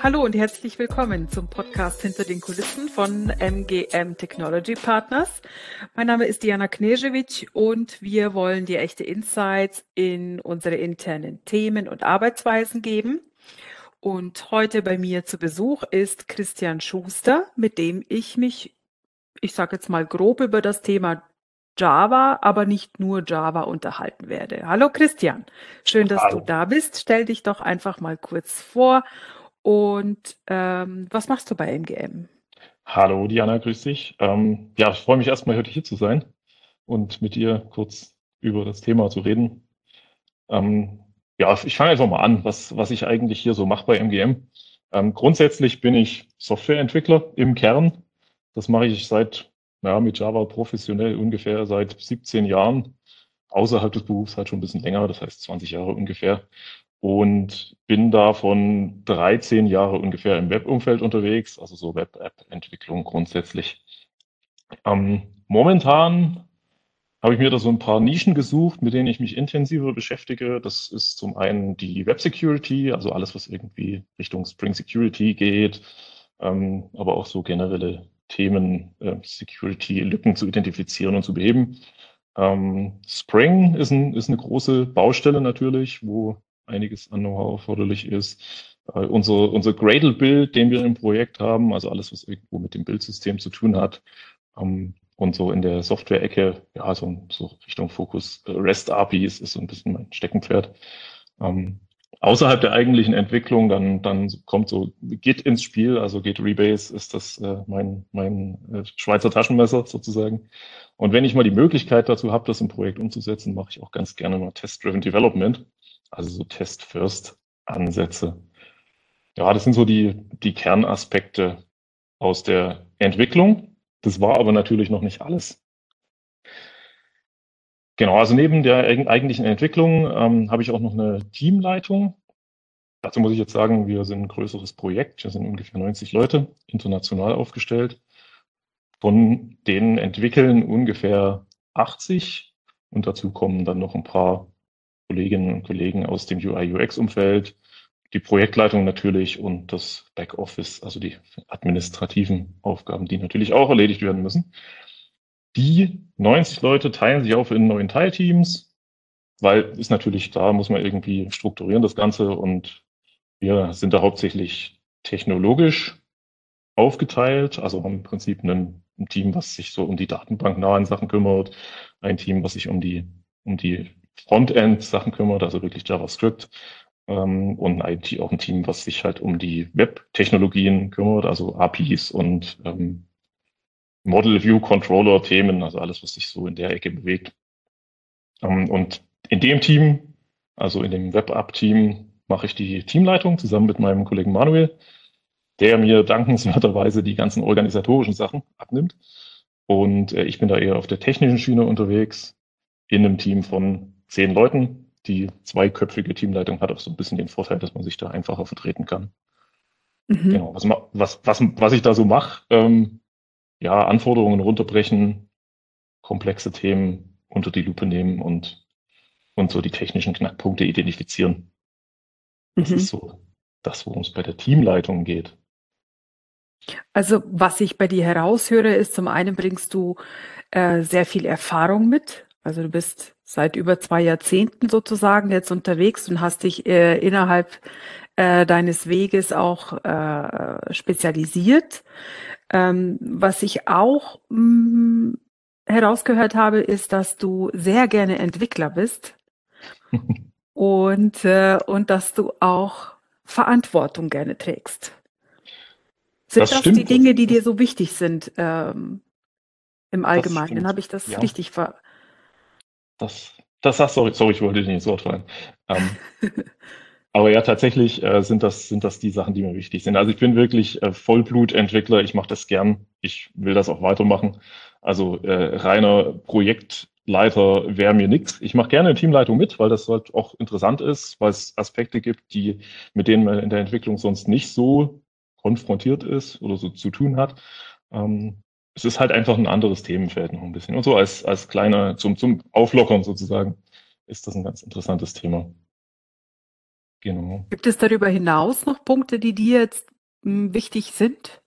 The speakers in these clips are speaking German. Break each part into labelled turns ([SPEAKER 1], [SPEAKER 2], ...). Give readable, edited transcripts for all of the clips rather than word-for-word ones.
[SPEAKER 1] Hallo und herzlich willkommen zum Podcast Hinter den Kulissen von MGM Technology Partners. Mein Name ist Diana Knežević und wir wollen dir echte Insights in unsere internen Themen und Arbeitsweisen geben. Und heute bei mir zu Besuch ist Christian Schuster, mit dem ich sage jetzt mal grob über das Thema Java, aber nicht nur Java unterhalten werde. Hallo Christian, schön, dass du
[SPEAKER 2] Hallo.
[SPEAKER 1] da bist. Stell dich doch einfach mal kurz vor und was machst du bei MGM?
[SPEAKER 2] Hallo Diana, grüß dich. Ja, ich freue mich erstmal heute hier zu sein und mit dir kurz über das Thema zu reden. Ähm, ja, ich fange einfach mal an, was ich eigentlich hier so mache bei MGM. Grundsätzlich bin ich Softwareentwickler im Kern. Das mache ich mit Java professionell ungefähr seit 17 Jahren. Außerhalb des Berufs halt schon ein bisschen länger, das heißt 20 Jahre ungefähr. Und bin davon 13 Jahre ungefähr im Webumfeld unterwegs, also so Web-App-Entwicklung grundsätzlich. Momentan habe ich mir da so ein paar Nischen gesucht, mit denen ich mich intensiver beschäftige. Das ist zum einen die Web Security, also alles, was irgendwie Richtung Spring Security geht, aber auch so generelle Themen, Security-Lücken zu identifizieren und zu beheben. Spring ist eine große Baustelle natürlich, wo einiges an Know-how erforderlich ist. Unser Gradle-Build, den wir im Projekt haben, also alles, was irgendwo mit dem Bildsystem zu tun hat, und so in der Software-Ecke, ja, so Richtung Fokus REST APIs ist so ein bisschen mein Steckenpferd. Ähm, Außerhalb der eigentlichen Entwicklung, dann kommt so Git ins Spiel, also Git Rebase ist das mein Schweizer Taschenmesser sozusagen. Und wenn ich mal die Möglichkeit dazu habe, das im Projekt umzusetzen, mache ich auch ganz gerne mal Test-Driven Development, also so Test-First-Ansätze. Ja, das sind so die Kernaspekte aus der Entwicklung. Das war aber natürlich noch nicht alles. Genau, also neben der eigentlichen Entwicklung habe ich auch noch eine Teamleitung. Dazu muss ich jetzt sagen, wir sind ein größeres Projekt. Wir sind ungefähr 90 Leute, international aufgestellt. Von denen entwickeln ungefähr 80 und dazu kommen dann noch ein paar Kolleginnen und Kollegen aus dem UI-UX-Umfeld, die Projektleitung natürlich und das Backoffice, also die administrativen Aufgaben, die natürlich auch erledigt werden müssen. Die 90 Leute teilen sich auf in 9 Teilteams, weil ist natürlich klar, muss man irgendwie strukturieren das Ganze und wir sind da hauptsächlich technologisch aufgeteilt, also haben im Prinzip ein Team, was sich so um die datenbanknahen Sachen kümmert, ein Team, was sich um die Frontend-Sachen kümmert, also wirklich JavaScript, und auch ein Team, was sich halt um die Web-Technologien kümmert, also APIs und Model View Controller Themen, also alles, was sich so in der Ecke bewegt. Und in dem Team, also in dem Web-App-Team, mache ich die Teamleitung zusammen mit meinem Kollegen Manuel, der mir dankenswerterweise die ganzen organisatorischen Sachen abnimmt. Und ich bin da eher auf der technischen Schiene unterwegs, in einem Team von 10 Leuten. Die zweiköpfige Teamleitung hat auch so ein bisschen den Vorteil, dass man sich da einfacher vertreten kann.
[SPEAKER 1] Mhm.
[SPEAKER 2] Genau, was ich da so mache, ja, Anforderungen runterbrechen, komplexe Themen unter die Lupe nehmen und so die technischen Knackpunkte identifizieren. Das ist
[SPEAKER 1] Mhm.
[SPEAKER 2] so das, worum es bei der Teamleitung geht.
[SPEAKER 1] Also was ich bei dir heraushöre, ist zum einen bringst du sehr viel Erfahrung mit. Also du bist seit über 2 Jahrzehnten sozusagen jetzt unterwegs und hast dich innerhalb deines Weges auch spezialisiert. Was ich auch herausgehört habe, ist, dass du sehr gerne Entwickler bist und dass du auch Verantwortung gerne trägst. Sind
[SPEAKER 2] Das
[SPEAKER 1] das die
[SPEAKER 2] stimmt,
[SPEAKER 1] Dinge, die dir so wichtig sind im
[SPEAKER 2] das
[SPEAKER 1] Allgemeinen?
[SPEAKER 2] stimmt.
[SPEAKER 1] Habe ich das
[SPEAKER 2] Ja,
[SPEAKER 1] richtig
[SPEAKER 2] sorry, ich wollte dir nicht ins Wort fallen. Ähm, aber ja, tatsächlich sind das die Sachen, die mir wichtig sind. Also ich bin wirklich Vollblutentwickler. Ich mache das gern. Ich will das auch weitermachen. Also reiner Projektleiter wäre mir nix. Ich mache gerne Teamleitung mit, weil das halt auch interessant ist, weil es Aspekte gibt, mit denen man in der Entwicklung sonst nicht so konfrontiert ist oder so zu tun hat. Ähm, Es ist halt einfach ein anderes Themenfeld noch ein bisschen. Und so als kleiner, zum Auflockern sozusagen, ist das ein ganz interessantes Thema. Genau.
[SPEAKER 1] Gibt es darüber hinaus noch Punkte, die dir jetzt wichtig sind?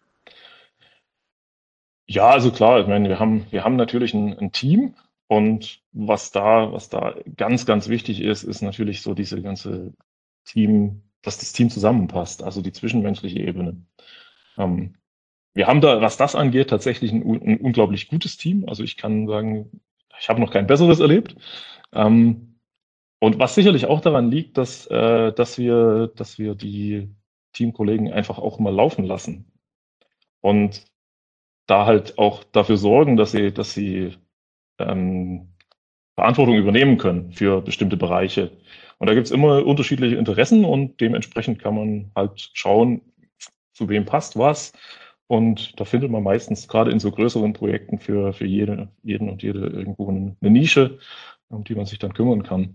[SPEAKER 2] Ja, also klar, ich meine, wir haben natürlich ein Team und was da ganz, ganz wichtig ist, ist natürlich so diese ganze Team, dass das Team zusammenpasst, also die zwischenmenschliche Ebene. Ähm, Wir haben da, was das angeht, tatsächlich ein unglaublich gutes Team. Also ich kann sagen, ich habe noch kein besseres erlebt. Ähm, und was sicherlich auch daran liegt, dass wir die Teamkollegen einfach auch mal laufen lassen und da halt auch dafür sorgen, dass sie ähm, Verantwortung übernehmen können für bestimmte Bereiche. Und da gibt's immer unterschiedliche Interessen und dementsprechend kann man halt schauen, zu wem passt was. Und da findet man meistens gerade in so größeren Projekten für jeden und jede irgendwo eine Nische, um die man sich dann kümmern kann.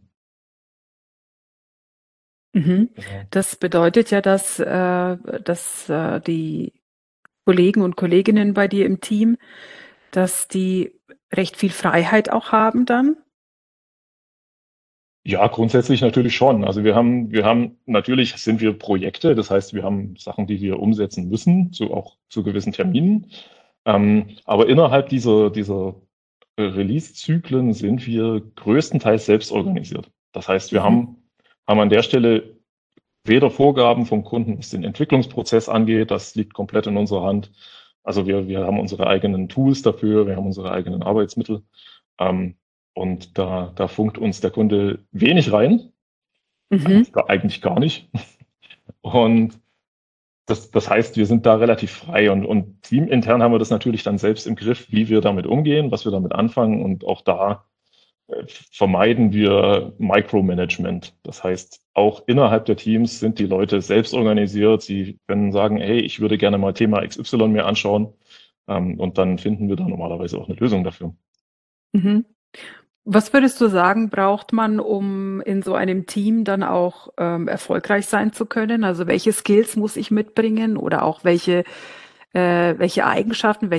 [SPEAKER 1] Mhm.
[SPEAKER 2] Genau.
[SPEAKER 1] Das bedeutet ja, dass die Kollegen und Kolleginnen bei dir im Team, dass die recht viel Freiheit auch haben dann?
[SPEAKER 2] Ja, grundsätzlich natürlich schon. Also wir haben, natürlich sind wir Projekte, das heißt, wir haben Sachen, die wir umsetzen müssen, so auch zu gewissen Terminen. Aber innerhalb dieser Release-Zyklen sind wir größtenteils selbst organisiert. Das heißt,
[SPEAKER 1] Mhm.
[SPEAKER 2] haben an der Stelle weder Vorgaben vom Kunden, was den Entwicklungsprozess angeht, das liegt komplett in unserer Hand. Also wir haben unsere eigenen Tools dafür, wir haben unsere eigenen Arbeitsmittel. Ähm, und da funkt uns der Kunde wenig rein,
[SPEAKER 1] Mhm.
[SPEAKER 2] eigentlich gar nicht. Und das heißt, wir sind da relativ frei und teamintern haben wir das natürlich dann selbst im Griff, wie wir damit umgehen, was wir damit anfangen. Und auch da vermeiden wir Micromanagement. Das heißt, auch innerhalb der Teams sind die Leute selbst organisiert. Sie können sagen, hey, ich würde gerne mal Thema XY mir anschauen. Und dann finden wir da normalerweise auch eine Lösung dafür.
[SPEAKER 1] Mhm. Was würdest du sagen, braucht man, um in so einem Team dann auch erfolgreich sein zu können? Also welche Skills muss ich mitbringen oder auch welche Eigenschaften,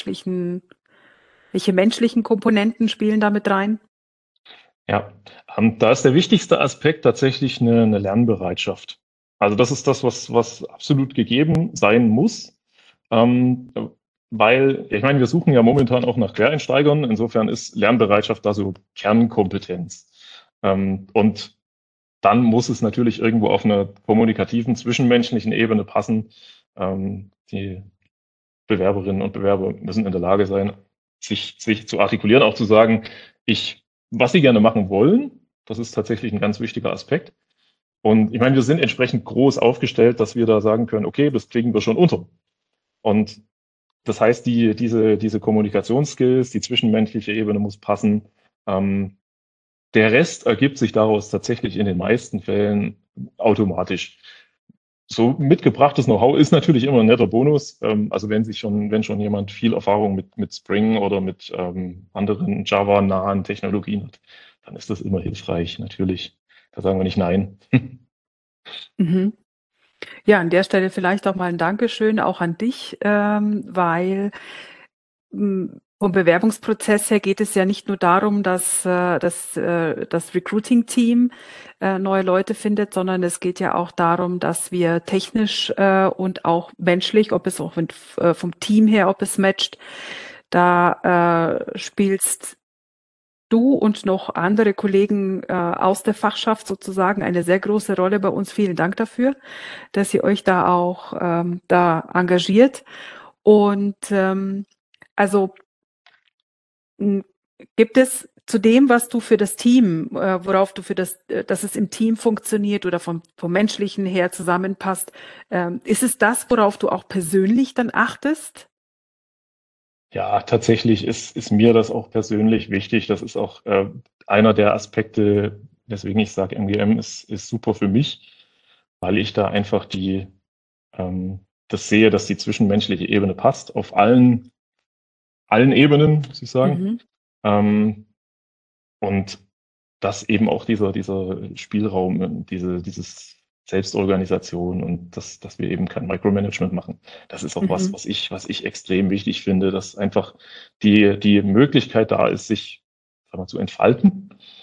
[SPEAKER 1] welche menschlichen Komponenten spielen damit rein?
[SPEAKER 2] Ja, da ist der wichtigste Aspekt tatsächlich eine Lernbereitschaft. Also das ist das, was absolut gegeben sein muss. Ähm, Weil, ich meine, wir suchen ja momentan auch nach Quereinsteigern. Insofern ist Lernbereitschaft da so Kernkompetenz. Und dann muss es natürlich irgendwo auf einer kommunikativen, zwischenmenschlichen Ebene passen. Die Bewerberinnen und Bewerber müssen in der Lage sein, sich zu artikulieren, auch zu sagen, was sie gerne machen wollen. Das ist tatsächlich ein ganz wichtiger Aspekt. Und ich meine, wir sind entsprechend groß aufgestellt, dass wir da sagen können, okay, das kriegen wir schon unter. Und das heißt, diese Kommunikationsskills, die zwischenmenschliche Ebene muss passen. Ähm, Der Rest ergibt sich daraus tatsächlich in den meisten Fällen automatisch. So mitgebrachtes Know-how ist natürlich immer ein netter Bonus. Also wenn schon jemand viel Erfahrung mit Spring oder mit anderen Java-nahen Technologien hat, dann ist das immer hilfreich, natürlich. Da sagen wir nicht nein.
[SPEAKER 1] Mhm. Ja, an der Stelle vielleicht auch mal ein Dankeschön auch an dich, weil vom Bewerbungsprozess her geht es ja nicht nur darum, dass das Recruiting-Team neue Leute findet, sondern es geht ja auch darum, dass wir technisch und auch menschlich, ob es auch vom Team her, ob es matcht, da spielst du und noch andere Kollegen aus der Fachschaft sozusagen eine sehr große Rolle bei uns. Vielen Dank dafür, dass ihr euch da auch da engagiert. Und also hm, gibt es zu dem, was du für das Team, worauf du dass es im Team funktioniert oder vom Menschlichen her zusammenpasst, ist es das, worauf du auch persönlich dann achtest?
[SPEAKER 2] Ja, tatsächlich ist mir das auch persönlich wichtig. Das ist auch einer der Aspekte, weswegen ich sage, MGM ist super für mich, weil ich da einfach das sehe, dass die zwischenmenschliche Ebene passt auf allen Ebenen, muss ich sagen.
[SPEAKER 1] Mhm.
[SPEAKER 2] Ähm, und dass eben auch dieser Spielraum, dieses Selbstorganisation und dass wir eben kein Micromanagement machen. Das ist auch
[SPEAKER 1] Mhm.
[SPEAKER 2] was ich extrem wichtig finde, dass einfach die Möglichkeit da ist, sich, sagen wir, zu entfalten.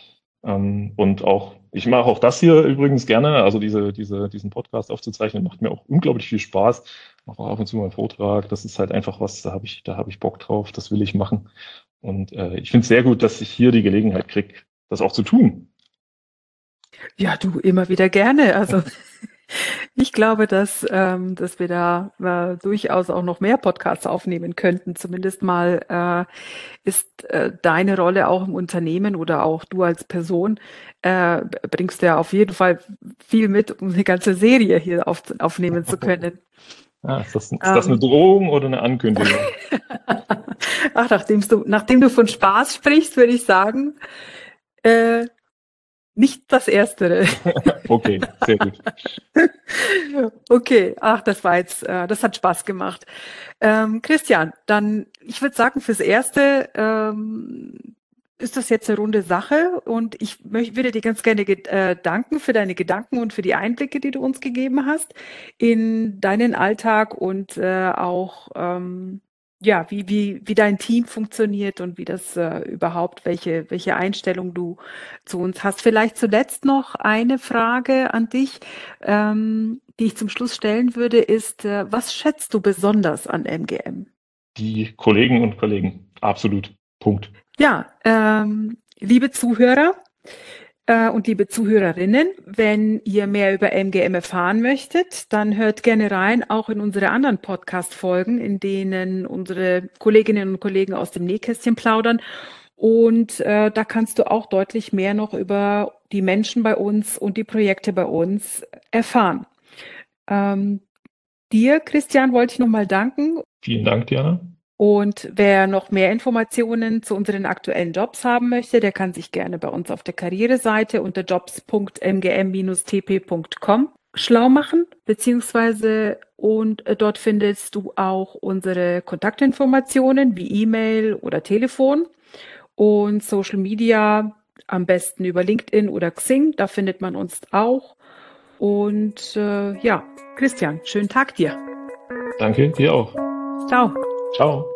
[SPEAKER 2] Und auch, ich mache auch das hier übrigens gerne, also diesen Podcast aufzuzeichnen, macht mir auch unglaublich viel Spaß. Mache auch ab und zu mal einen Vortrag. Das ist halt einfach was, da habe ich Bock drauf, das will ich machen. Und ich finde es sehr gut, dass ich hier die Gelegenheit kriege, das auch zu tun.
[SPEAKER 1] Ja, du immer wieder gerne. Also ich glaube, dass wir da durchaus auch noch mehr Podcasts aufnehmen könnten. Zumindest mal ist deine Rolle auch im Unternehmen oder auch du als Person bringst ja auf jeden Fall viel mit, um eine ganze Serie hier aufnehmen zu können.
[SPEAKER 2] Ist das eine Drohung oder eine Ankündigung?
[SPEAKER 1] Ach, nachdem du von Spaß sprichst, würde ich sagen, äh, nicht das Erstere.
[SPEAKER 2] Okay, sehr gut.
[SPEAKER 1] Okay, ach, das hat Spaß gemacht. Christian, dann, ich würde sagen, fürs Erste ist das jetzt eine runde Sache und würde dir ganz gerne danken für deine Gedanken und für die Einblicke, die du uns gegeben hast in deinen Alltag und auch ja, wie dein Team funktioniert und wie das überhaupt, welche Einstellung du zu uns hast. Vielleicht zuletzt noch eine Frage an dich, die ich zum Schluss stellen würde, ist, was schätzt du besonders an MGM?
[SPEAKER 2] Die Kollegen und Kollegen, absolut. Punkt.
[SPEAKER 1] Ja, liebe Zuhörer und liebe Zuhörerinnen, wenn ihr mehr über MGM erfahren möchtet, dann hört gerne rein, auch in unsere anderen Podcast-Folgen, in denen unsere Kolleginnen und Kollegen aus dem Nähkästchen plaudern. Und da kannst du auch deutlich mehr noch über die Menschen bei uns und die Projekte bei uns erfahren. Dir, Christian, wollte ich nochmal danken.
[SPEAKER 2] Vielen Dank, Diana.
[SPEAKER 1] Und wer noch mehr Informationen zu unseren aktuellen Jobs haben möchte, der kann sich gerne bei uns auf der Karriereseite unter jobs.mgm-tp.com schlau machen, beziehungsweise dort findest du auch unsere Kontaktinformationen wie E-Mail oder Telefon und Social Media, am besten über LinkedIn oder Xing, da findet man uns auch. Und ja, Christian, schönen Tag dir.
[SPEAKER 2] Danke, dir auch.
[SPEAKER 1] Ciao.
[SPEAKER 2] Ciao.